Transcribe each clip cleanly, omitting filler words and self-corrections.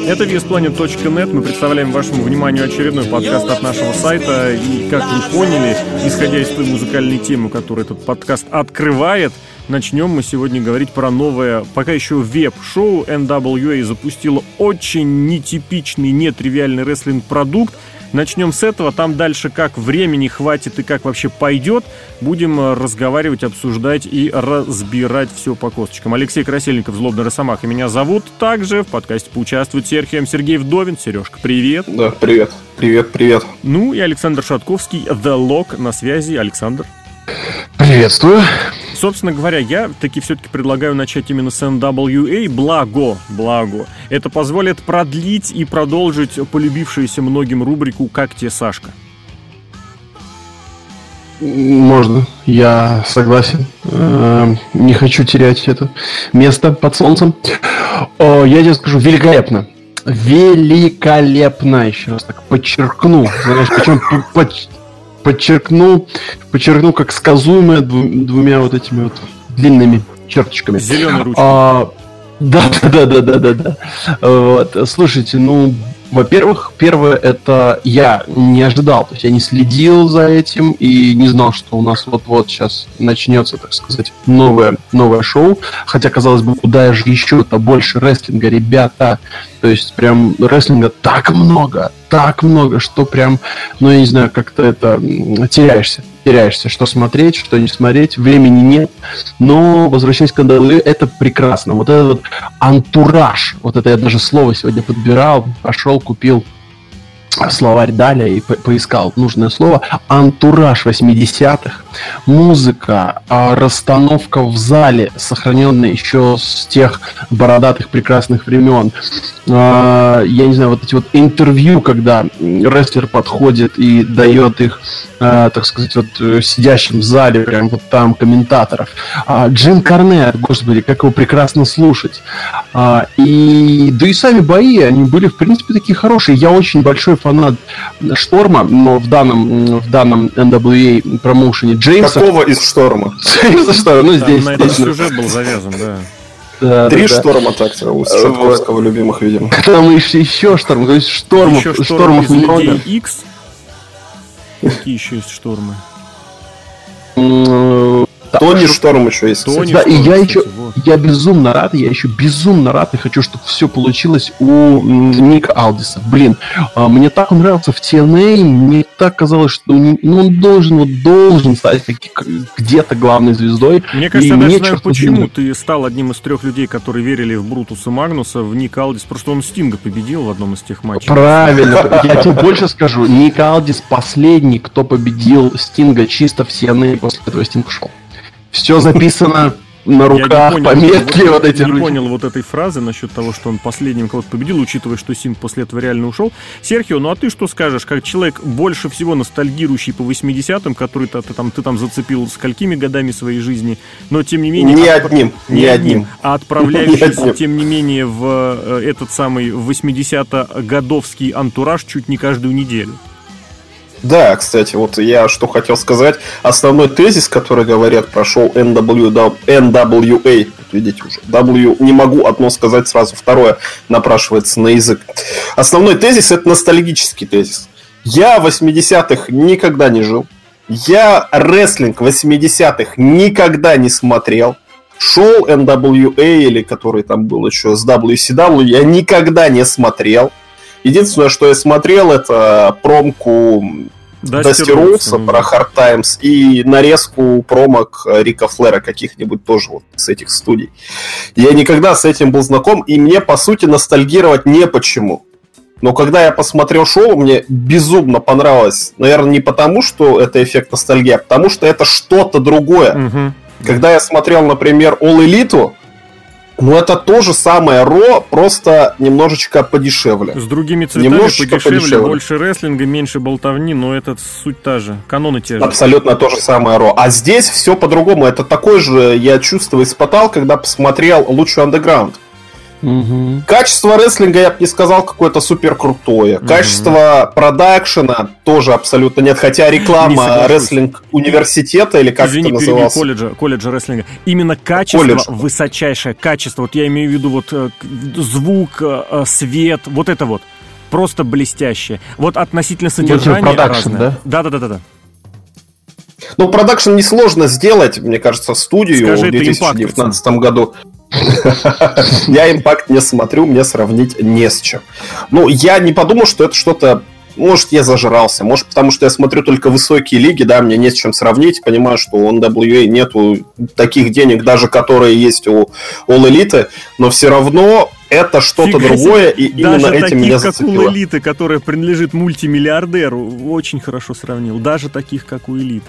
Это VSPlanet.net. Мы представляем вашему вниманию очередной подкаст от нашего сайта. И, как вы поняли, исходя из той музыкальной темы, которую этот подкаст открывает, начнем мы сегодня говорить про новое, пока еще веб-шоу. NWA запустила очень нетипичный, нетривиальный рестлинг-продукт. Начнем с этого, там дальше как времени хватит и как вообще пойдет, будем разговаривать, обсуждать и разбирать все по косточкам. Алексей Красильников, Злобный Росомаха, меня зовут. Также в подкасте поучаствует Сергей Вдовин. Сережка, привет. Да, привет. Ну и Александр Шатковский, The Lock, на связи. Александр. Приветствую. Собственно говоря, я таки все-таки предлагаю начать именно с NWA. Благо. Это позволит продлить и продолжить полюбившуюся многим рубрику «Как тебе, Сашка?». Можно, я согласен. Не хочу терять это место под солнцем. Я тебе скажу, великолепно. Великолепно, еще раз так подчеркну. Знаешь, причем подчеркну как сказуемое двумя вот этими вот длинными черточками. Зеленой ручкой. Да. Вот. Слушайте, во-первых, первое, это я не ожидал, то есть я не следил за этим и не знал, что у нас вот-вот сейчас начнется, так сказать, новое шоу. Хотя, казалось бы, куда же еще-то больше рестлинга, ребята. То есть прям рестлинга так много, что прям, я не знаю, как-то это теряешься, что смотреть, что не смотреть, времени нет. Но, возвращаясь к NWA, это прекрасно. Вот этот вот антураж, вот это я даже слово сегодня подбирал, пошел, купил словарь Даля и поискал нужное слово. Антураж 80-х, музыка, расстановка в зале, сохраненная еще с тех бородатых прекрасных времен. Я не знаю, вот эти вот интервью, когда рестлер подходит и дает их, так сказать, вот сидящим в зале, прям вот там комментаторов. Джим Корнет, господи, как его прекрасно слушать. И сами бои, они были, в принципе, такие хорошие. Я очень большой фанат Шторма, но в данном NWA промоушене Джеймса. Какого из Шторма? Джеймса Шторма, здесь. На этот сюжет был завязан, да. Три Шторма, так у Шатковского любимых, видимо. Там еще Шторм, то есть штормов много. X. Какие еще есть Штормы? Тони Шторм еще есть. Да, и я безумно рад, и хочу, чтобы все получилось у Ника Алдиса. Блин, мне так он нравился в TNA, мне так казалось, что он должен стать где-то главной звездой. Мне кажется, я даже знаю, почему ты стал одним из 3 людей, которые верили в Брутуса Магнуса, в Ника Алдиса, просто он Стинга победил в одном из тех матчей. Правильно, я тебе больше скажу, Ник Алдис последний, кто победил Стинга чисто в TNA, после этого Стинг ушел. Все записано на руках, пометки вот эти. Я не понял вот этой фразы насчет того, что он последним кого-то победил, учитывая, что Синг после этого реально ушел. Серхио, а ты что скажешь, как человек больше всего ностальгирующий по 80-м, который ты там зацепил сколькими годами своей жизни, но тем не менее... Не одним. А отправляющийся, тем не менее, в этот самый 80-годовский антураж чуть не каждую неделю. Да, кстати, вот я что хотел сказать. Основной тезис, который говорят про шоу NWA, видите уже, W не могу одно сказать сразу, второе напрашивается на язык. Основной тезис — это ностальгический тезис. Я в 80-х никогда не жил. Я рестлинг 80-х никогда не смотрел. Шоу NWA, или который там был еще с WCW, я никогда не смотрел. Единственное, что я смотрел, это промку Дасти Роудса про Hard Times и нарезку промок Рика Флера каких-нибудь тоже вот с этих студий. Я никогда с этим был знаком, и мне, по сути, ностальгировать не почему. Но когда я посмотрел шоу, мне безумно понравилось. Наверное, не потому, что это эффект ностальгии, а потому, что это что-то другое. Угу. Когда я смотрел, например, All Elite, это то же самое Ро, просто немножечко подешевле. С другими цветами, подешевле, больше рестлинга, меньше болтовни, но это суть та же, каноны те же. Абсолютно то же самое Ро. А здесь все по-другому. Это такой же, я чувствую, испытал, когда посмотрел Лучший Андеграунд. Качество рестлинга, я бы не сказал, какое-то супер крутое. Качество продакшена тоже абсолютно нет. Хотя реклама рестлинг университета, или как это называлось? Колледжа рестлинга. Именно качество, высочайшее качество. Вот я имею в виду вот звук, свет, вот это вот. Просто блестящее. Вот относительно содержания разное. Да. Ну, продакшн несложно сделать, мне кажется, в студию в 2019 году. Я импакт не смотрю, мне сравнить не с чем. Ну, я не подумал, что это что-то... Может, я зажрался, может, потому что я смотрю только высокие лиги, да, мне не с чем сравнить. Понимаю, что у NWA нету таких денег, даже которые есть у All Elite, но все равно это что-то другое, и именно этим меня зацепило. Даже таких, как у Элиты, которая принадлежит мультимиллиардеру, очень хорошо сравнил. Даже таких, как у Элиты.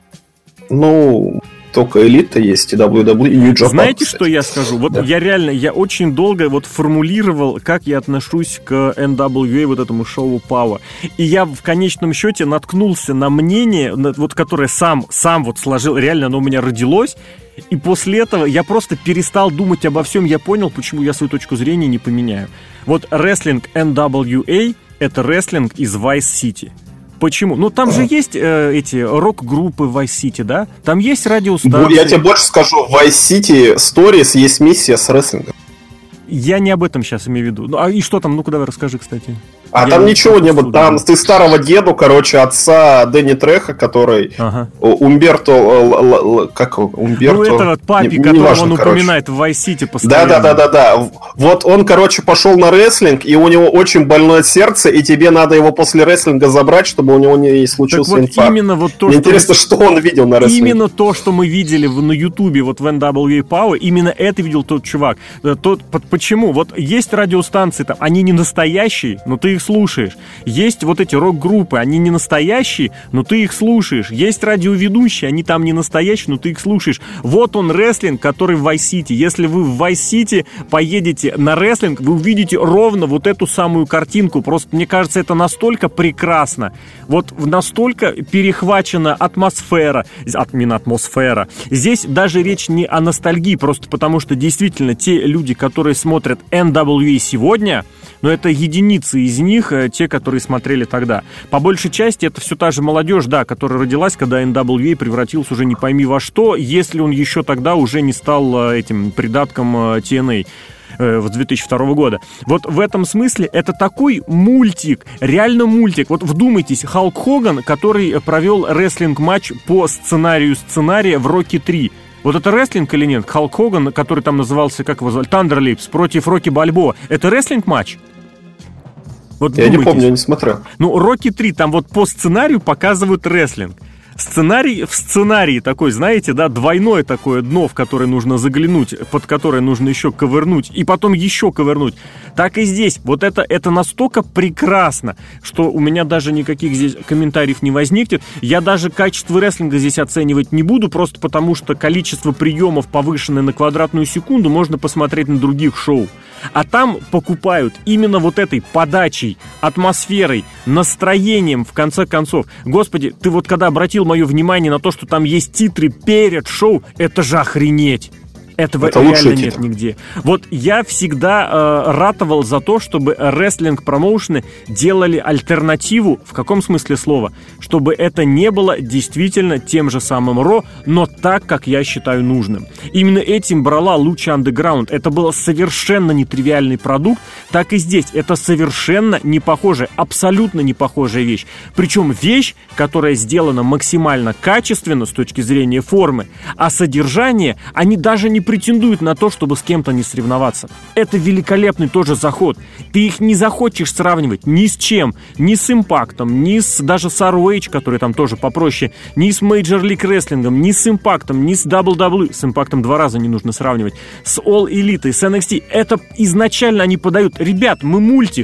Ну... Только Элита есть, и WWE, и New Japan. Знаете, кстати, что я скажу? Вот да. Я очень долго вот формулировал, как я отношусь к NWA, вот этому шоу Power. И я в конечном счете наткнулся на мнение, вот, которое сам вот сложил, реально оно у меня родилось. И после этого я просто перестал думать обо всем, я понял, почему я свою точку зрения не поменяю. Вот рестлинг NWA — это рестлинг из Vice City. Почему? Ну, там же есть эти рок-группы в Vice City, да? Там есть радиостанции. Я тебе больше скажу, в Vice City Stories есть миссия с рестлингом. Я не об этом сейчас имею в виду. Ну, и что там? Ну-ка, давай расскажи, кстати. Там ничего не было. Там ты старого деду, отца Дэнни Треха, который Умберто... Как Умберто? Ну, это вот папи, которого он упоминает в Vice City постоянно. Да. Вот он, пошел на рестлинг, и у него очень больное сердце, и тебе надо его после рестлинга забрать, чтобы у него не случился инфаркт. Именно вот то, Мне интересно, что он видел на рестлинге. Именно то, что мы видели на Ютубе, вот в NWA Power, именно это видел тот чувак. Почему? Вот есть радиостанции, там, они не настоящие, но ты их слушаешь. Есть вот эти рок-группы, они не настоящие, но ты их слушаешь. Есть радиоведущие, они там не настоящие, но ты их слушаешь. Вот он рестлинг, который в Vice City. Если вы в Vice City поедете на рестлинг, вы увидите ровно вот эту самую картинку. Просто, мне кажется, это настолько прекрасно. Вот настолько перехвачена атмосфера. Именно атмосфера. Здесь даже речь не о ностальгии, просто потому что действительно те люди, которые смотрят NWA сегодня, но это единицы из них, те, которые смотрели тогда. По большей части это все та же молодежь, да, которая родилась, когда NWA превратился уже не пойми во что, если он еще тогда уже не стал этим придатком TNA с 2002 года. Вот в этом смысле это такой мультик, реально мультик. Вот вдумайтесь, Халк Хоган, который провел рестлинг-матч по сценарию сценария в Рокки 3. Вот это рестлинг или нет? Халк Хоган, который там назывался, как его звали, Тандерлипс против Рокки Бальбоа. Это рестлинг-матч? Вот я не помню, я не смотрел. Ну, Рокки 3, там вот по сценарию показывают рестлинг. Сценарий в сценарии такой, знаете, да, двойное такое дно, в которое нужно заглянуть, под которое нужно еще ковырнуть, и потом еще ковырнуть. Так и здесь. Вот это настолько прекрасно, что у меня даже никаких здесь комментариев не возникнет. Я даже качество рестлинга здесь оценивать не буду, просто потому что количество приемов, повышенное на квадратную секунду, можно посмотреть на других шоу. А там покупают именно вот этой подачей, атмосферой, настроением, в конце концов. Господи, ты вот когда обратил мое внимание на то, что там есть титры перед шоу, это же охренеть! Этого это реально нет нигде. Вот я всегда ратовал за то, чтобы рестлинг-промоушены делали альтернативу, в каком смысле слова, чтобы это не было действительно тем же самым Ро, но так, как я считаю нужным. Именно этим брала Lucha Underground. Это был совершенно нетривиальный продукт, так и здесь. Это совершенно не похожая, абсолютно не похожая вещь. Причем вещь, которая сделана максимально качественно с точки зрения формы, а содержание, они даже не претендуют на то, чтобы с кем-то не соревноваться. Это великолепный тоже заход. Ты их не захочешь сравнивать ни с чем. Ни с Импактом, ни с даже с ROH, который там тоже попроще, ни с Major League Wrestling, ни с Импактом, ни с WWE. С Импактом 2 раза не нужно сравнивать. С All Elite, с NXT. Это изначально они подают. Ребят, мы мультик.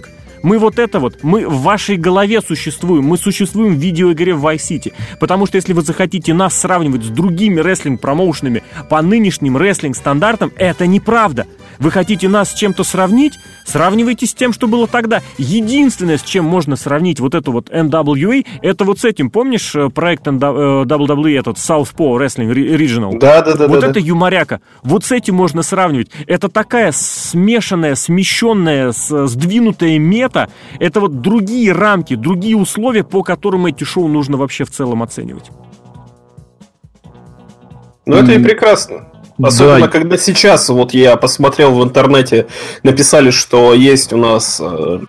Мы мы в вашей голове существуем, мы существуем в видеоигре в Vice City. Потому что если вы захотите нас сравнивать с другими рестлинг-промоушенами по нынешним рестлинг-стандартам, это неправда. Вы хотите нас с чем-то сравнить? Сравнивайте с тем, что было тогда. Единственное, с чем можно сравнить вот эту вот NWA, это вот с этим, помнишь, проект WWE, этот Southpaw Wrestling Regional? Да. Вот это юморяка. Вот с этим можно сравнивать. Это такая смешанная, смещенная, сдвинутая мета. Это вот другие рамки, другие условия, по которым эти шоу нужно вообще в целом оценивать. Ну, это и прекрасно. Особенно, когда сейчас, вот я посмотрел в интернете, написали, что есть у нас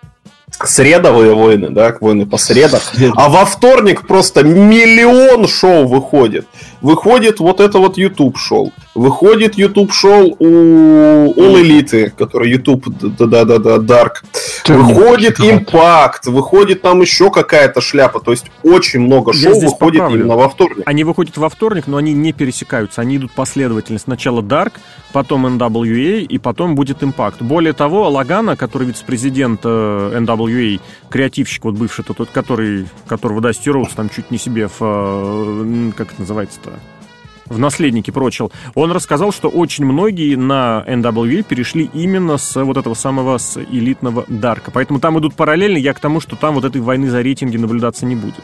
средовые войны, да, войны по средам, а во вторник просто миллион шоу выходит. Выходит вот это вот YouTube-шоу. Выходит YouTube-шоу у All Elite, который YouTube, Dark. Выходит Impact, выходит там еще какая-то шляпа. То есть очень много шоу выходит именно во вторник. Они выходят во вторник, но они не пересекаются. Они идут последовательно. Сначала Dark, потом NWA и потом будет Impact. Более того, Лагана, который вице-президент NWA, креативщик, вот бывший, тот, которого Дасти Роудс там чуть не себе в... как это называется-то? В наследники прочил, он рассказал, что очень многие на NWA перешли именно с вот этого самого, с элитного Дарка. Поэтому там идут параллельно, я к тому, что там вот этой войны за рейтинги наблюдаться не будет.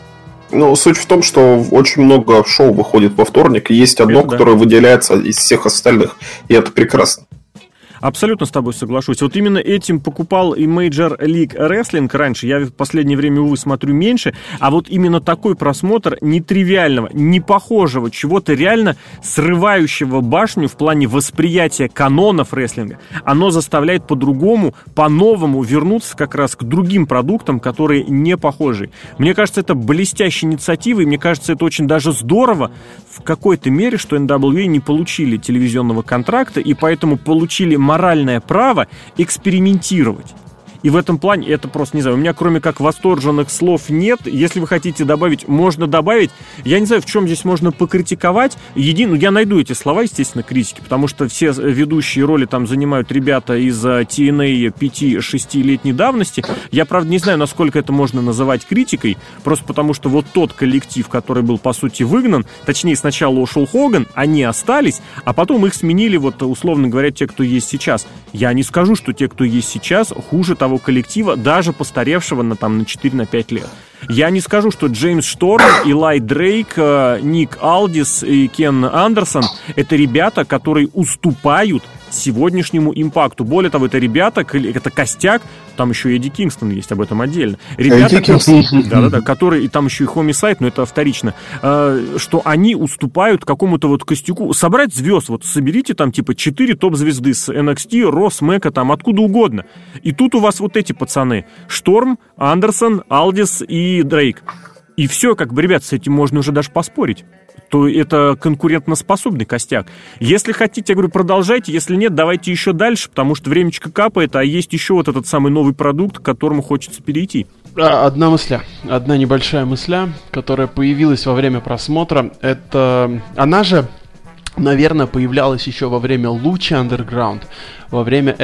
Ну, суть в том, что очень много шоу выходит во вторник, и есть одно, которое выделяется из всех остальных, и это прекрасно. Абсолютно с тобой соглашусь. Вот именно этим покупал и Major League Wrestling раньше. Я в последнее время, увы, смотрю меньше. А вот именно такой просмотр нетривиального, непохожего, чего-то реально срывающего башню в плане восприятия канонов рестлинга, оно заставляет по-другому, по-новому вернуться как раз к другим продуктам, которые не похожи. Мне кажется, это блестящая инициатива, и мне кажется, это очень даже здорово в какой-то мере, что NWA не получили телевизионного контракта, и поэтому получили моральное право экспериментировать. И в этом плане, это просто, не знаю, у меня кроме как восторженных слов нет. Если вы хотите добавить, можно добавить. Я не знаю, в чем здесь можно покритиковать. Я найду эти слова, естественно, критики, потому что все ведущие роли там занимают ребята из TNA 5-6-летней давности. Я, правда, не знаю, насколько это можно называть критикой, просто потому что вот тот коллектив, который был, по сути, выгнан, точнее, сначала ушел Хоган, они остались, а потом их сменили, вот, условно говоря, те, кто есть сейчас. Я не скажу, что те, кто есть сейчас, хуже того коллектива, даже постаревшего на 4-5 лет. Я не скажу, что Джеймс Шторм, Илай Дрейк, Ник Алдис и Кен Андерсон — это ребята, которые уступают сегодняшнему импакту. Более того, это ребята, это костяк, там еще и Эдди Кингстон есть, об этом отдельно. Ребята, которые, и там еще и Homicide, но это вторично, что они уступают какому-то вот костяку. Собрать звезд, вот соберите там типа 4 топ-звезды с NXT, Ро, Смэка, там откуда угодно. И тут у вас вот эти пацаны: Шторм, Андерсон, Алдис и Дрейк. И все, как бы, ребят, с этим можно уже даже поспорить. То это конкурентоспособный костяк. Если хотите, я говорю, продолжайте. Если нет, давайте еще дальше, потому что времечко капает, а есть еще вот этот самый новый продукт, к которому хочется перейти. Одна небольшая мысля, которая появилась во время просмотра, это... Она же, наверное, появлялась еще во время Lucha Underground, во время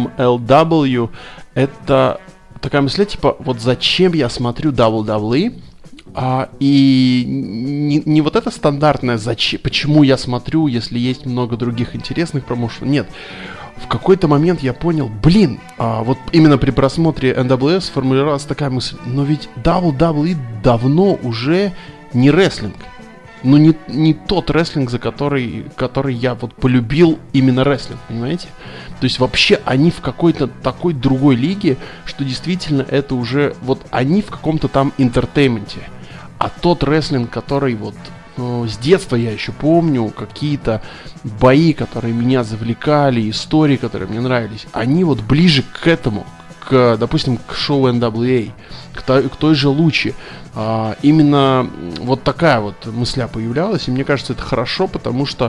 MLW. Это такая мысля, типа, вот зачем я смотрю WWE? И не вот это стандартное «зачем», почему я смотрю, если есть много других интересных промоушенов. Нет. В какой-то момент я понял, вот именно при просмотре NWA сформулировалась такая мысль: но ведь WWE давно уже не рестлинг. Ну, не тот рестлинг, за который я вот полюбил именно рестлинг, понимаете? То есть вообще они в какой-то такой другой лиге, что действительно это уже вот они в каком-то там интертейменте. А тот рестлинг, который вот с детства я еще помню, какие-то бои, которые меня завлекали, истории, которые мне нравились, они вот ближе к этому, допустим, к шоу NWA, к той же Луче. Именно вот такая вот мысля появлялась, и мне кажется, это хорошо, потому что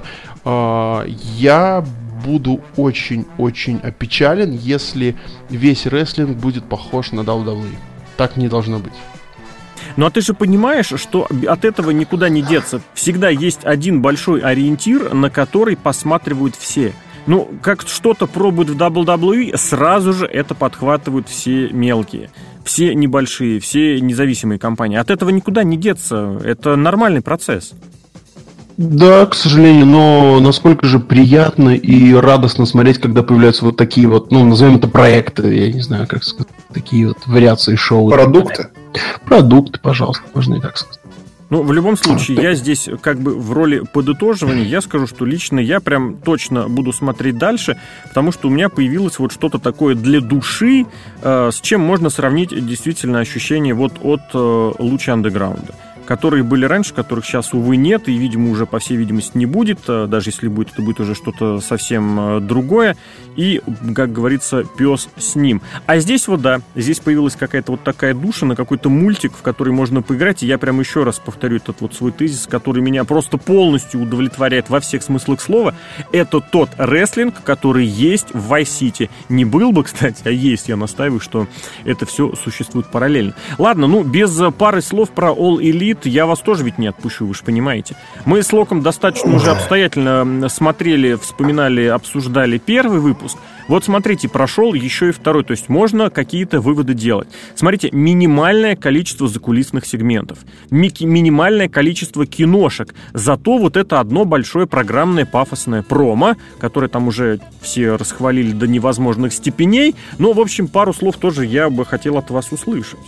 я буду очень-очень опечален, если весь рестлинг будет похож на WWE. Так не должно быть. Ну а ты же понимаешь, что от этого никуда не деться. Всегда есть один большой ориентир, на который посматривают все. Ну, как что-то пробуют в WWE, сразу же это подхватывают все мелкие, все небольшие, все независимые компании. От этого никуда не деться. Это нормальный процесс. Да, к сожалению, но насколько же приятно и радостно смотреть, когда появляются вот такие вот, ну, назовем это проекты, я не знаю, как сказать, такие вот вариации шоу. Продукты? Продукты, пожалуйста, можно и так сказать. Ну, в любом случае, я здесь как бы в роли подытоживания, я скажу, что лично я прям точно буду смотреть дальше, потому что у меня появилось вот что-то такое для души, с чем можно сравнить действительно ощущение вот от Lucha Underground, которые были раньше, которых сейчас, увы, нет, и, видимо, уже, по всей видимости, не будет. Даже если будет, это будет уже что-то совсем другое. И, как говорится, пес с ним. А здесь вот, да, здесь появилась какая-то вот такая душа на какой-то мультик, в который можно поиграть. И я прям еще раз повторю этот вот свой тезис, который меня просто полностью удовлетворяет во всех смыслах слова. Это тот рестлинг, который есть в Vice City. Не был бы, кстати, а есть. Я настаиваю, что это все существует параллельно. Ладно, ну, без пары слов про All Elite я вас тоже ведь не отпущу, вы же понимаете. Мы с Локом достаточно уже обстоятельно смотрели, вспоминали, обсуждали первый выпуск. Вот смотрите, прошел еще и второй, то есть можно какие-то выводы делать. Смотрите, минимальное количество закулисных сегментов, минимальное количество киношек, зато вот это одно большое программное пафосное промо, которое там уже все расхвалили до невозможных степеней, но, в общем, пару слов тоже я бы хотел от вас услышать.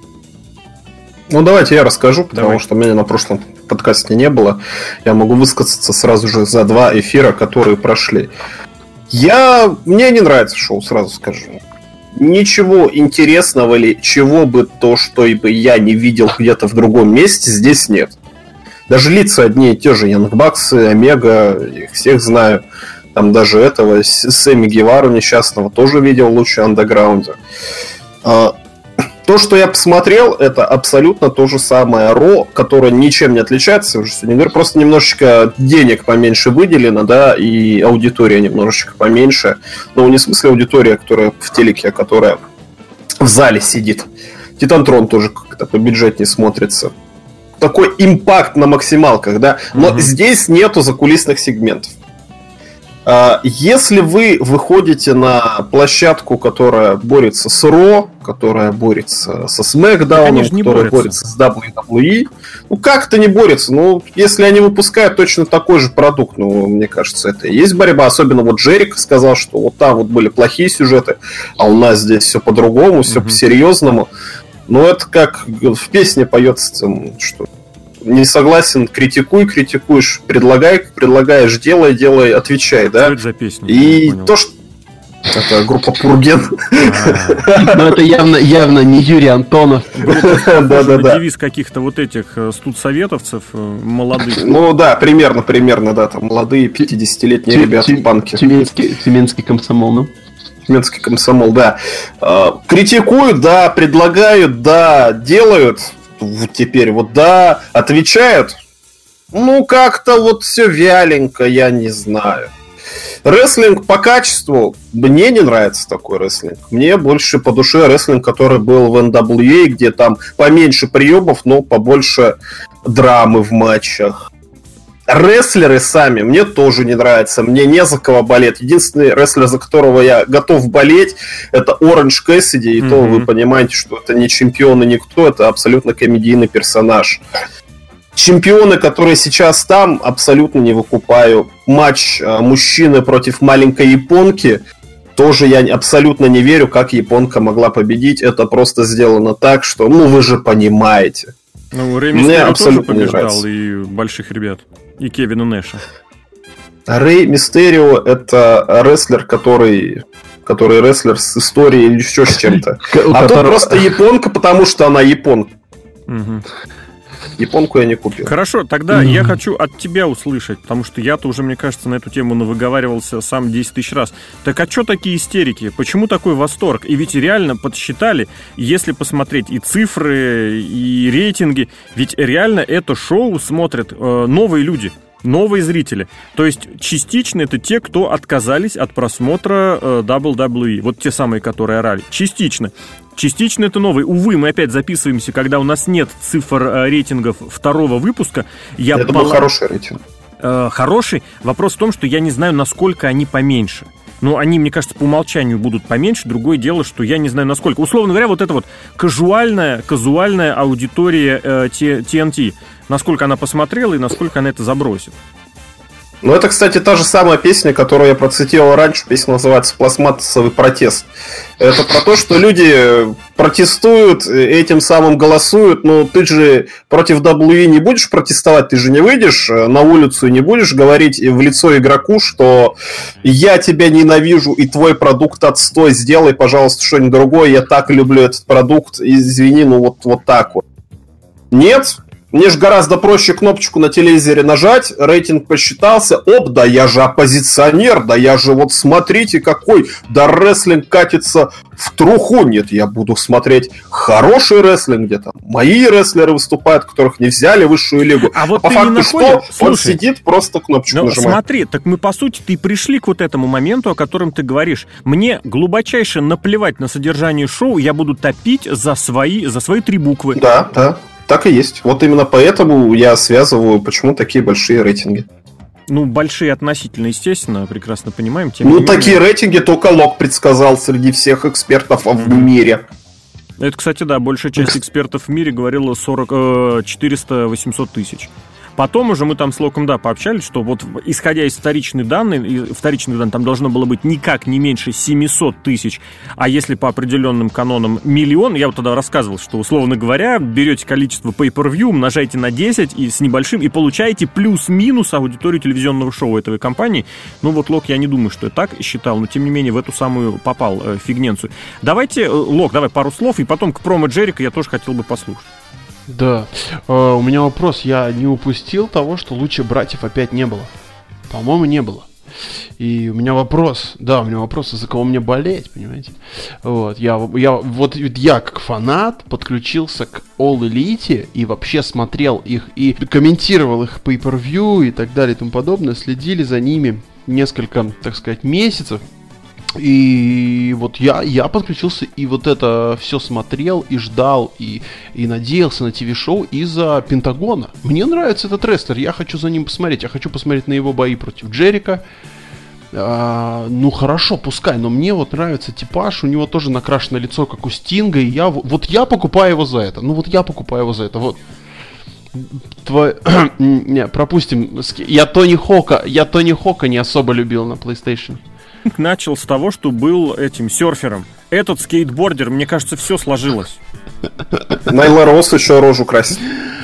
Ну, давайте я расскажу, потому что меня на прошлом подкасте не было. Я могу высказаться сразу же за 2 эфира, которые прошли. Мне не нравится шоу, сразу скажу. Ничего интересного или чего бы то, что бы я не видел где-то в другом месте, здесь нет. Даже лица одни и те же. Янг Баксы, Омега, их всех знаю. Там даже этого Сэмми Гевару несчастного тоже видел в Lucha Underground. То, что я посмотрел, это абсолютно то же самое Ро, которое ничем не отличается, уже сегодня говорю, просто немножечко денег поменьше выделено, да, и аудитория немножечко поменьше. Ну, не в смысле аудитория, которая в телеке, а которая в зале сидит. Титантрон тоже как-то побюджетнее смотрится. Такой импакт на максималках, да, но здесь нету закулисных сегментов. Если вы выходите на площадку, которая борется с Ро, которая борется со SmackDown, которая борется с WWE, ну как-то не борется. Ну, если они выпускают точно такой же продукт, ну, мне кажется, это и есть борьба. Особенно вот Джерик сказал, что вот там вот были плохие сюжеты, а у нас здесь все по-другому, все по-серьезному. Ну, это как в песне поется, что... Не согласен, критикуешь, предлагаешь, делай, отвечай, да? Что это за песня? И то, что... Это группа Пурген. Но это явно не Юрий Антонов. Да. Девиз каких-то вот этих студсоветовцев молодых. Ну да, примерно, да, там молодые 50-летние ребята-панки. Тюменский комсомол, ну? Тюменский комсомол, да. Критикуют, да, предлагают, да, делают. Теперь вот да, отвечают. Ну, как-то вот все вяленько, я не знаю. Рестлинг по качеству мне не нравится такой рестлинг. Мне больше по душе рестлинг, который был в NWA, где там поменьше приемов, но побольше драмы в матчах. Рестлеры сами мне тоже не нравятся. Мне не за кого болеть. Единственный рестлер, за которого я готов болеть, это Оранж Кэссиди. И то вы понимаете, что это не чемпион и никто. Это абсолютно комедийный персонаж. Чемпионы, которые сейчас там, абсолютно не выкупаю. Матч мужчины против маленькой японки. Тоже я абсолютно не верю, как японка могла победить. Это просто сделано так, что, ну, вы же понимаете. Ну, Рэй Мистерио тоже побеждал и больших ребят. И Кевина Нэша. Рэй Мистерио — это рестлер, который рестлер с историей или еще с чем-то. А тут просто японка, потому что она японка. Японку я не купил. Хорошо, тогда я хочу от тебя услышать, потому что я-то уже, мне кажется, на эту тему навыговаривался сам 10 тысяч раз. Так а что такие истерики? Почему такой восторг? И ведь реально подсчитали, если посмотреть и цифры, и рейтинги, ведь реально это шоу смотрят новые люди. Новые зрители. То есть частично это те, кто отказались от просмотра WWE. Вот те самые, которые орали. Частично. Частично это новый. Увы, мы опять записываемся, когда у нас нет цифр рейтингов второго выпуска. Это был хороший рейтинг. хороший. Вопрос в том, что я не знаю, насколько они поменьше. Ну, они, мне кажется, по умолчанию будут поменьше. Другое дело, что я не знаю, насколько. Условно говоря, вот эта вот казуальная аудитория TNT, насколько она посмотрела и насколько она это забросит. Ну, это, кстати, та же самая песня, которую я процитировал раньше. Песня называется «Пластмассовый протест». Это про то, что люди протестуют, этим самым голосуют. Но ты же против WWE не будешь протестовать, ты же не выйдешь на улицу и не будешь говорить в лицо игроку, что я тебя ненавижу и твой продукт отстой, сделай, пожалуйста, что-нибудь другое, я так люблю этот продукт, извини, ну вот так вот. Нет. Мне же гораздо проще кнопочку на телевизоре нажать, рейтинг посчитался, да я же оппозиционер, да я же вот смотрите какой, да рестлинг катится в труху. Нет, я буду смотреть хороший рестлинг, где там мои рестлеры выступают, которых не взяли в высшую лигу. А вот по ты факту не находишь... что? Он сидит, просто кнопочку нажимает. Смотри, так мы по сути-то и пришли к вот этому моменту, о котором ты говоришь. Мне глубочайше наплевать на содержание шоу, я буду топить за свои 3 буквы. Да. Так и есть. Вот именно поэтому я связываю, почему такие большие рейтинги. Ну, большие относительно, естественно, прекрасно понимаем. Тем не менее... такие рейтинги только Лок предсказал среди всех экспертов в мире. Это, кстати, да, большая часть экспертов в мире говорила 400-800 тысяч. Потом уже мы там с Локом, да, пообщались, что вот исходя из вторичных данных, там должно было быть никак не меньше 700 тысяч, а если по определенным канонам миллион, я вот тогда рассказывал, что, условно говоря, берете количество pay-per-view, умножаете на 10 и с небольшим, и получаете плюс-минус аудиторию телевизионного шоу этой компании. Ну вот Лок, я не думаю, что я так считал, но тем не менее в эту самую попал фигненцию. Давайте, Лок, давай пару слов, и потом к промо Джерика я тоже хотел бы послушать. Да, у меня вопрос, я не упустил того, что лучше братьев опять не было? По-моему, не было. И у меня вопрос, из-за кого мне болеть, понимаете? Вот, я как фанат подключился к All Elite и вообще смотрел их и комментировал их pay-per-view и так далее и тому подобное, следили за ними несколько, так сказать, месяцев. И вот я подключился и вот это все смотрел и ждал и надеялся на ТВ-шоу из-за Пентагона. Мне нравится этот рестлер, я хочу за ним посмотреть. Я хочу посмотреть на его бои против Джерика. Ну хорошо, пускай, но мне вот нравится типаж. У него тоже накрашено лицо, как у Стинга. И я покупаю его за это. Вот. Не, пропустим. Я Тони Хока не особо любил на PlayStation. Начал с того, что был этим серфером. Этот скейтбордер, мне кажется, все сложилось. Найла Росс еще рожу красит.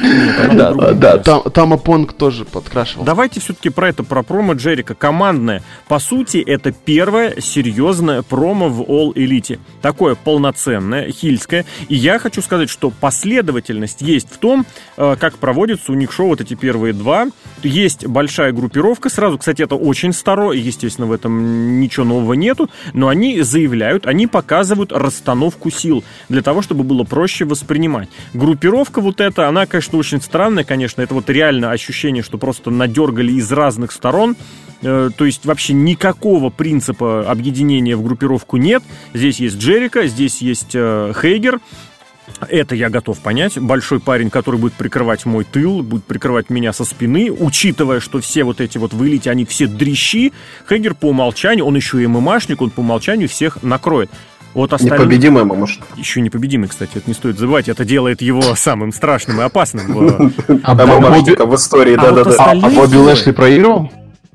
Да, там Апонг тоже подкрашивал. Давайте все-таки про промо Джерика. Командное. По сути, это первое серьезное промо в All Elite. Такое полноценное, хильское. И я хочу сказать, что последовательность есть в том, как проводятся у них шоу вот эти первые 2. Есть большая группировка. Сразу, кстати, это очень старо. Естественно, в этом ничего нового нету. Но они заявляют, они показывают расстановку сил для того, чтобы было проще воспринимать. Группировка вот эта, она, конечно, очень странная, конечно. Это вот реально ощущение, что просто надергали из разных сторон. То есть вообще никакого принципа объединения в группировку нет. Здесь есть Джерика, здесь есть Хейгер. Это я готов понять. Большой парень, который будет прикрывать мой тыл, будет прикрывать меня со спины, учитывая, что все вот эти вот в элите, они все дрищи. Хейгер по умолчанию, он еще и ММАшник, он по умолчанию всех накроет. Вот остальные... Непобедимый ММАшник. Еще непобедимый, кстати, это не стоит забывать. Это делает его самым страшным и опасным. ММАшника в истории, да-да-да. А Бобби Лэшли проигрывал?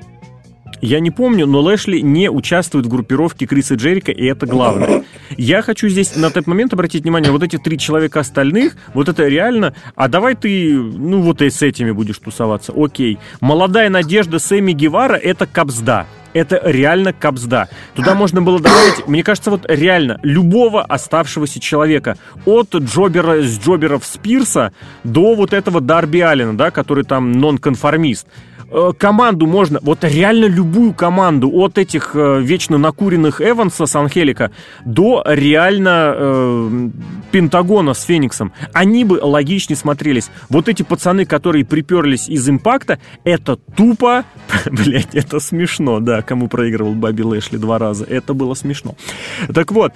Я не помню, но Лэшли не участвует в группировке Криса Джерика, и это главное. Я хочу здесь на тот момент обратить внимание, вот эти 3 человека остальных, вот это реально... А давай ты, вот и с этими будешь тусоваться. Окей. Молодая надежда Сэмми Гевара — это капсда. Это реально капсда. Туда можно было добавить, мне кажется, вот реально любого оставшегося человека. От джоберов Спирса до вот этого Дарби Аллена, да, который там нонконформист. Команду можно, вот реально любую команду, от этих вечно накуренных Эванса с Анхелика до реально Пентагона с Фениксом. Они бы логичнее смотрелись. Вот эти пацаны, которые приперлись из Импакта, это тупо, блять, это смешно, да, кому проигрывал Бобби Лэшли 2 раза, это было смешно. Так вот,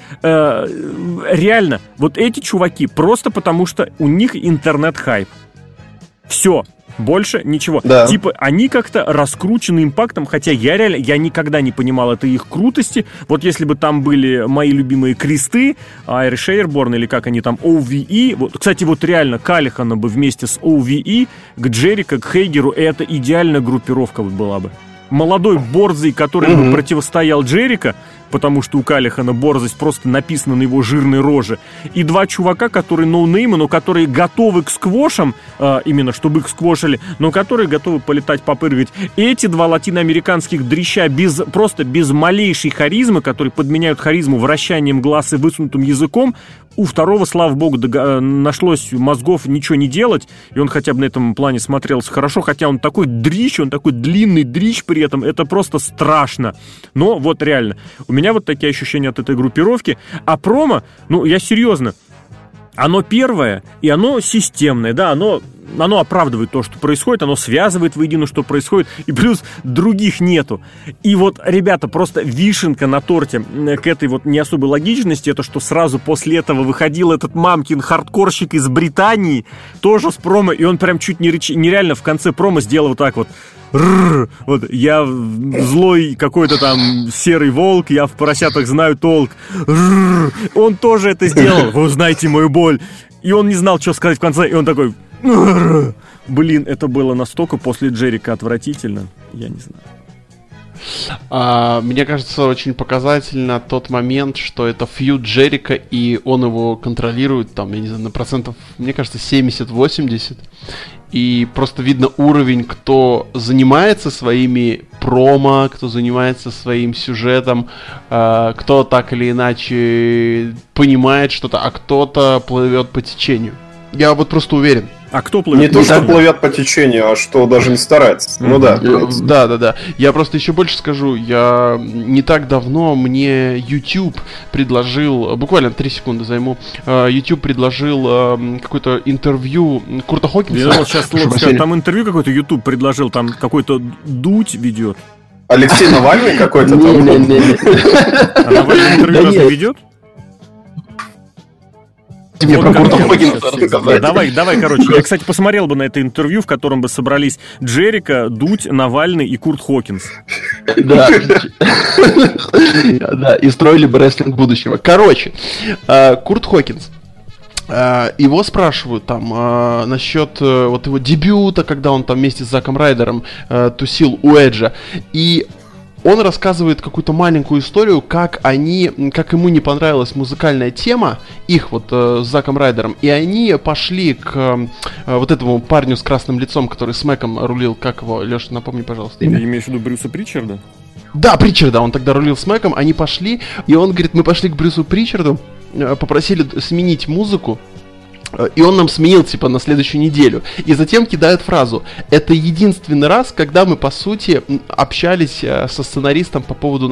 реально, вот эти чуваки, просто потому что у них интернет-хайп. Все. Больше ничего. Да. Типа, они как-то раскручены импактом, хотя я никогда не понимал этой их крутости. Вот если бы там были мои любимые кресты, Irish Airborne, или как они там, OVE. Вот, кстати, вот реально Калихана бы вместе с OVE к Джерико, к Хейгеру, это идеальная группировка вот была бы. Молодой борзый, который бы противостоял Джерико, потому что у Калихана борзость просто написана на его жирной роже, и два чувака, которые ноунеймы, но которые готовы к сквошам, именно чтобы их сквошили, но которые готовы полетать, попрыгать. Эти два латиноамериканских дрища просто без малейшей харизмы, которые подменяют харизму вращанием глаз и высунутым языком. У второго, слава богу, нашлось мозгов ничего не делать, и он хотя бы на этом плане смотрелся хорошо, хотя он такой дрищ, он такой длинный дрищ при этом, это просто страшно. Но вот реально, у меня вот такие ощущения от этой группировки. А промо, ну, я серьезно, оно первое, и оно системное, да, оно оправдывает то, что происходит, оно связывает воедино, что происходит, и плюс других нету. И вот, ребята, просто вишенка на торте к этой вот не особой логичности, это что сразу после этого выходил этот мамкин хардкорщик из Британии, тоже с промо, и он прям чуть нереально в конце промо сделал вот так вот. Вот, я злой какой-то там серый волк, я в поросятах знаю толк. Он тоже это сделал. Вы узнаете мою боль. И он не знал, что сказать в конце, и он такой... Блин, это было настолько после Джерико отвратительно. Я не знаю. Мне кажется, очень показательно тот момент, что это фьюд Джерико, и он его контролирует, там, я не знаю, на процентов, мне кажется, 70-80. И просто видно уровень, кто занимается своими промо, кто занимается своим сюжетом, кто так или иначе понимает что-то, а кто-то плывет по течению. Я вот просто уверен. А кто плывет? Не то, что плывет по течению, а что даже не старается. Ну да. Да. Я просто еще больше скажу. Я не так давно мне YouTube предложил, буквально 3 секунды займу, YouTube предложил какое-то интервью Курта Хокинса. Я думал, сейчас скажу, там интервью какое-то YouTube предложил, там какой-то Дудь ведет. Алексей Навальный какой-то там. А Навальный интервью разве ведет? Тебе про Курта Хокинса рассказать. Давай, короче. Я, кстати, посмотрел бы на это интервью, в котором бы собрались Джерико, Дудь, Навальный и Курт Хокинс. Да, и строили бы рестлинг будущего. Короче, Курт Хокинс. Его спрашивают там насчет вот его дебюта, когда он там вместе с Заком Райдером тусил у Эджа. И он рассказывает какую-то маленькую историю, как ему не понравилась музыкальная тема, их вот с Заком Райдером, и они пошли к вот этому парню с красным лицом, который с Мэком рулил, как его, Леша, напомни, пожалуйста, имя. Ты имеешь в виду Брюса Причарда? Да, Причарда, он тогда рулил с Мэком, они пошли, и он говорит, мы пошли к Брюсу Причарду, попросили сменить музыку, и он нам сменил, типа, на следующую неделю. И затем кидает фразу: это единственный раз, когда мы, по сути, общались со сценаристом по поводу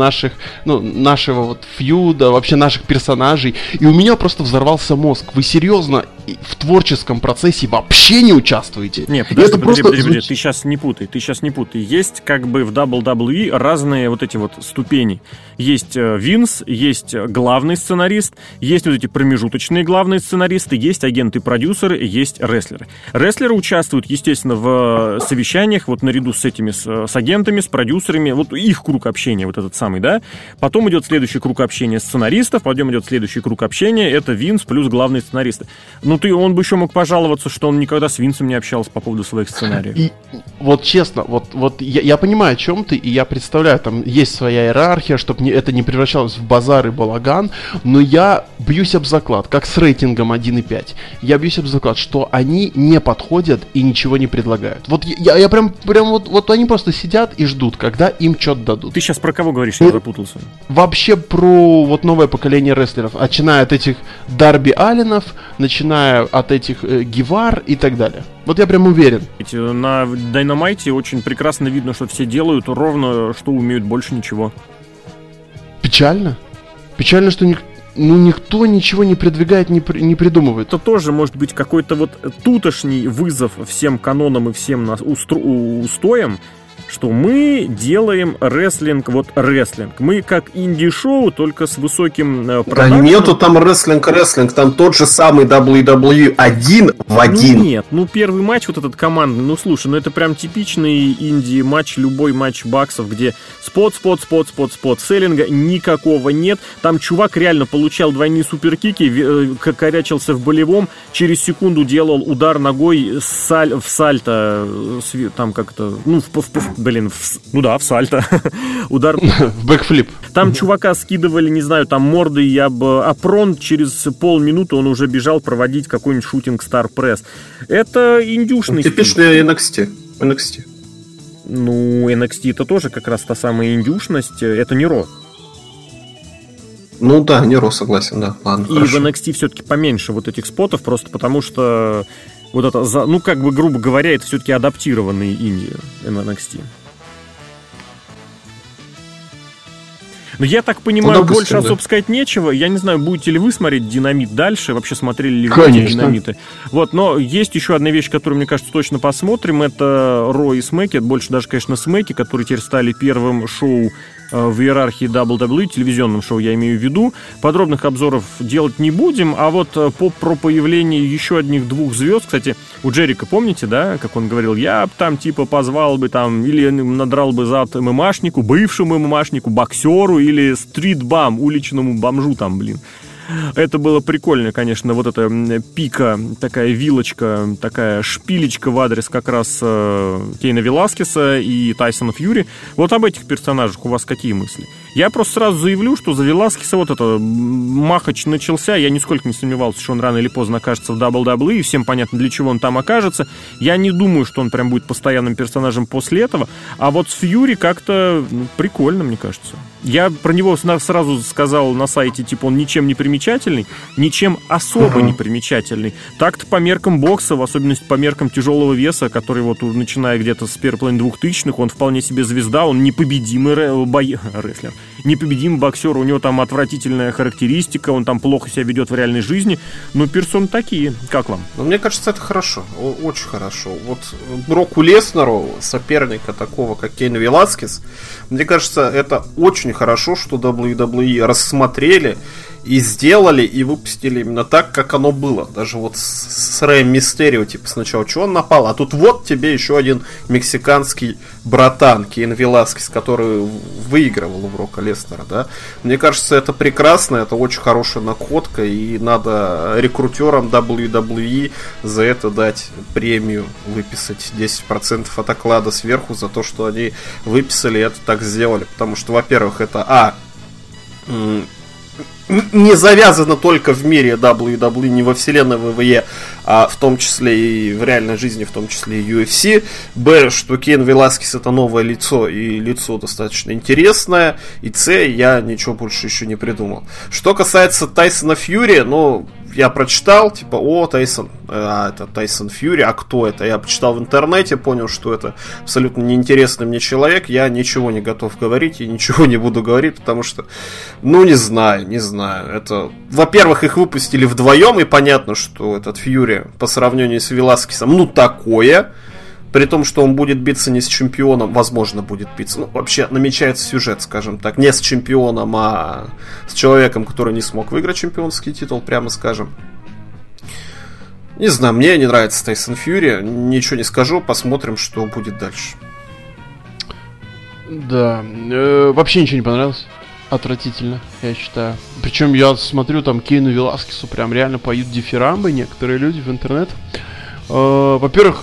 нашего вот фьюда, вообще наших персонажей. И у меня просто взорвался мозг. Вы серьезно в творческом процессе вообще не участвуете? Нет, подожди, ты сейчас не путай. Есть как бы в WWE разные вот эти вот ступени. Есть Винс, есть главный сценарист, есть вот эти промежуточные главные сценаристы, есть агенты-продюсеры, есть рестлеры. Рестлеры участвуют, естественно, в совещаниях, вот наряду с этими, с агентами, с продюсерами, вот их круг общения, вот этот самый, да. Потом идет следующий круг общения сценаристов, потом идет следующий круг общения, это Винс плюс главные сценаристы. Он бы еще мог пожаловаться, что он никогда с Винсом не общался по поводу своих сценариев. И вот честно, вот я понимаю, о чем ты, и я представляю, там есть своя иерархия, чтобы это не превращалось в базар и балаган, но я бьюсь об заклад, как с рейтингом 1.5, я бьюсь об заклад, что они не подходят и ничего не предлагают. Вот я прям вот они просто сидят и ждут, когда им что-то дадут. Ты сейчас про кого говоришь? Я запутался. Вообще про вот новое поколение рестлеров, начиная от этих Дарби Алленов, начиная от этих Гевар и так далее. Вот я прям уверен. На Дайнамайте очень прекрасно видно, что все делают ровно, что умеют, больше ничего. Печально? Печально, что никто ничего не продвигает, не придумывает. Это тоже может быть какой-то вот тутошний вызов всем канонам и всем устоям. что мы делаем рестлинг, вот рестлинг. Мы как инди-шоу, только с высоким продакшеном. Да нету там рестлинг, там тот же самый WWE 1 в 1. Ну нет, первый матч вот этот командный, слушай, это прям типичный инди-матч, любой матч баксов, где спот, селлинга никакого нет. Там чувак реально получал двойные суперкики, корячился в болевом, через секунду делал удар ногой в сальто, там как-то, в сальто. Удар. В бэкфлип. Там чувака скидывали, не знаю, там мордой об опрон, через полминуты он уже бежал проводить какой-нибудь шутинг Star Press. Это индюшный стиль. Типичный NXT. NXT это тоже как раз та самая индюшность, это не Ро. Ну да, не Ро, согласен, да. Ладно, и хорошо. В NXT все-таки поменьше вот этих спотов, просто потому что вот это, грубо говоря, это все-таки адаптированные инди NXT. Но я так понимаю, больше особо сказать нечего. Я не знаю, будете ли вы смотреть «Динамит» дальше, вообще смотрели ли вы эти «Динамиты». Но есть еще одна вещь, которую, мне кажется, точно посмотрим. Это «Ро» и «Смэки». Это больше даже, конечно, «Смэки», которые теперь стали первым шоу в иерархии WWE, телевизионном шоу я имею в виду. Подробных обзоров делать не будем, а вот про появление еще одних двух звезд, кстати, у Джерика, помните, да, как он говорил, я там типа позвал бы там, или надрал бы зад ММАшнику, бывшему ММАшнику, боксеру или стритбам, уличному бомжу там, Это было прикольно, конечно, вот эта пика, такая вилочка, такая шпилечка в адрес как раз Кейна Веласкеса и Тайсона Фьюри. Вот об этих персонажах у вас какие мысли? Я просто сразу заявлю, что за Веласкеса вот это махач начался. Я нисколько не сомневался, что он рано или поздно окажется в WWE, и всем понятно, для чего он там окажется. Я не думаю, что он прям будет постоянным персонажем после этого. А вот с Фьюри как-то прикольно, мне кажется. Я про него сразу сказал на сайте, типа, он ничем не примечательный, ничем особо не примечательный. Так-то по меркам бокса, в особенности по меркам тяжелого веса, который вот начиная где-то с первой половины 2000-х, он вполне себе звезда, он непобедимый рестлер. Непобедимый боксер, у него там отвратительная характеристика, он там плохо себя ведет в реальной жизни, но персоны такие. Как вам? Мне кажется, это хорошо, очень хорошо. Вот Броку Леснеру, соперника такого, как Кейн Веласкес, мне кажется, это очень хорошо, что WWE рассмотрели и сделали, и выпустили именно так, как оно было. Даже вот с Рэем Мистерио, типа, сначала, что он напал, а тут вот тебе еще один мексиканский братан, Кейн Веласкес, который выигрывал у Брока Леснера, да. Мне кажется, это прекрасно, это очень хорошая находка, и надо рекрутерам WWE за это дать премию, выписать 10% от оклада сверху за то, что они выписали и это так сделали. Потому что, во-первых, это не завязано только в мире WWE, не во вселенной ВВЕ, а в том числе и в реальной жизни, в том числе и UFC. Б, что Кейн Веласкес это новое лицо, и лицо достаточно интересное. И С, я ничего больше еще не придумал. Что касается Тайсона Фьюри, я прочитал, типа, Тайсон, это Тайсон Фьюри, а кто это? Я почитал в интернете, понял, что это абсолютно неинтересный мне человек, я ничего не готов говорить и ничего не буду говорить, потому что, не знаю. Это, во-первых, их выпустили вдвоем, и понятно, что этот Фьюри по сравнению с Веласкесом, такое. При том, что он будет биться не с чемпионом, возможно, будет биться. Вообще намечается сюжет, скажем так, не с чемпионом, а с человеком, который не смог выиграть чемпионский титул, прямо скажем. Не знаю, мне не нравится Тайсон Фьюри, ничего не скажу, посмотрим, что будет дальше. Да, вообще ничего не понравилось. Отвратительно, я считаю. Причем я смотрю, там Кейну Веласкесу прям реально поют дифирамбы некоторые люди в интернет. Во-первых,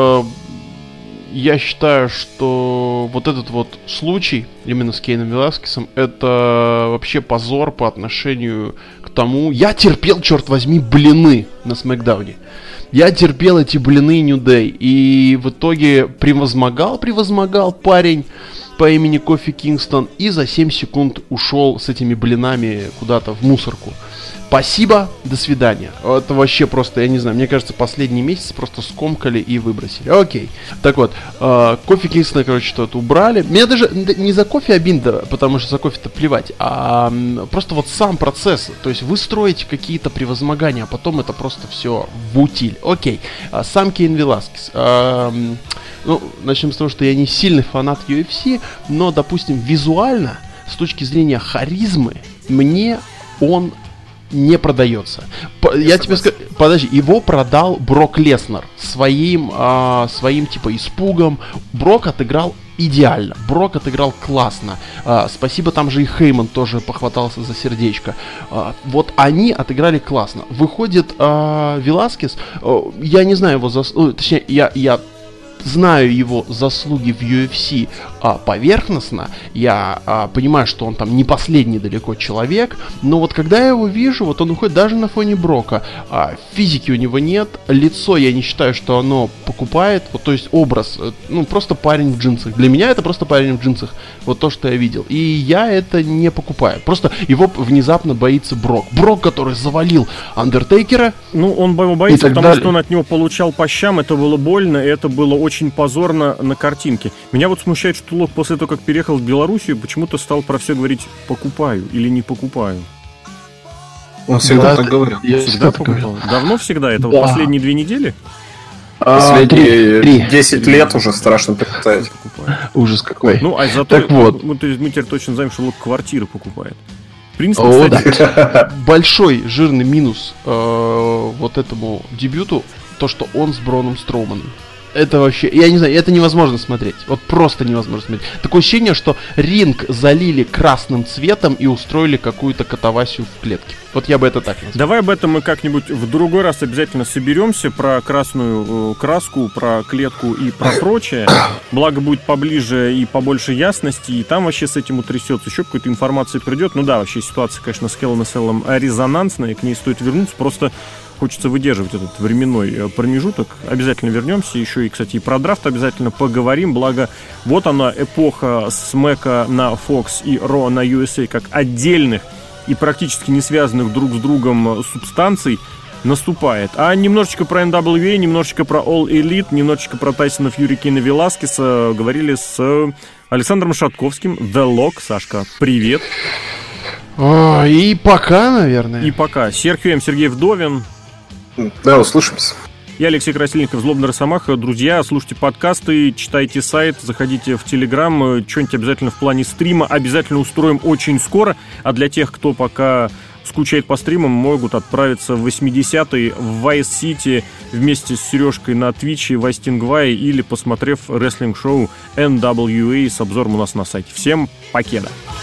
я считаю, что вот этот вот случай именно с Кейном Веласкесом это вообще позор по отношению к тому... Я терпел, черт возьми, блины на Смэкдауне. Я терпел эти блины New Day. И в итоге превозмогал парень по имени Кофи Кингстон и за 7 секунд ушел с этими блинами куда-то в мусорку. Спасибо, до свидания. Это вообще просто, я не знаю, мне кажется, последний месяц просто скомкали и выбросили. Окей. Так вот, Кофи Кингстона, что-то убрали. Меня даже не за кофе обидно, потому что за кофе-то плевать, а просто вот сам процесс. То есть вы строите какие-то превозмогания, а потом это просто все в утиль. Окей. Сам Кейн Веласкес. Ну, начнем с того, что я не сильный фанат UFC, но, допустим, визуально, с точки зрения харизмы, мне он не продается. Я тебе скажу, подожди, его продал Брок Леснер своим типа испугом. Брок отыграл идеально. Брок отыграл классно. Спасибо, там же и Хейман тоже похватался за сердечко. Вот они отыграли классно. Выходит Веласкес, я не знаю его точнее, я знаю его заслуги в UFC поверхностно, я понимаю, что он там не последний далеко человек, но вот когда я его вижу, вот он уходит даже на фоне Брока, физики у него нет, лицо я не считаю, что оно покупает, вот, то есть образ, ну просто парень в джинсах, для меня это просто парень в джинсах, вот то, что я видел, и я это не покупаю, просто его внезапно боится Брок, который завалил Андертейкера. Ну, он его боится, потому что он от него получал по щам, это было больно, и это было очень позорно на картинке. Меня вот смущает, что Лок после того, как переехал в Белоруссию, почему-то стал про все говорить «покупаю» или «не покупаю». Он всегда так говорил. Всегда покупал. Давно всегда? Это вот последние 2 недели? Последние 10 лет уже страшно представить. Ужас какой. Ну, а зато так вот. мы теперь точно знаем, что Лок квартиры покупает. В принципе, кстати, большой жирный минус вот этому дебюту, то, что он с Броном Строуманом. Это вообще, я не знаю, это невозможно смотреть. Вот просто невозможно смотреть. Такое ощущение, что ринг залили красным цветом и устроили какую-то катавасию в клетке. Вот я бы это так назвал. Давай об этом мы как-нибудь в другой раз обязательно соберемся. Про красную краску, про клетку и про прочее. Благо будет поближе и побольше ясности. И там вообще с этим утрясется. Еще какой-то информация придет. Ну да, вообще ситуация, конечно, с Hell in a Cell резонансная. К ней стоит вернуться. Просто хочется выдерживать этот временной промежуток. Обязательно вернемся. Еще и, кстати, и про драфт обязательно поговорим. Благо, вот она, эпоха Смэка на Fox и Raw на USA как отдельных и практически не связанных друг с другом субстанций наступает. А немножечко про NWA, немножечко про All Elite, немножечко про Тайсона Фьюри, Кейна Веласкеса говорили с Александром Шатковским. The Lock. Сашка, привет. И пока, наверное. И пока. Серхио М. Сергей Вдовин. Да, услышимся. Я Алексей Красильников, Злобный Росомаха. Друзья, слушайте подкасты, читайте сайт, заходите в Телеграм. Что-нибудь обязательно в плане стрима обязательно устроим очень скоро. А для тех, кто пока скучает по стримам, могут отправиться в 80-й в Vice City вместе с Сережкой на Твиче в Астингвае или посмотрев рестлинг-шоу NWA с обзором у нас на сайте. Всем покеда!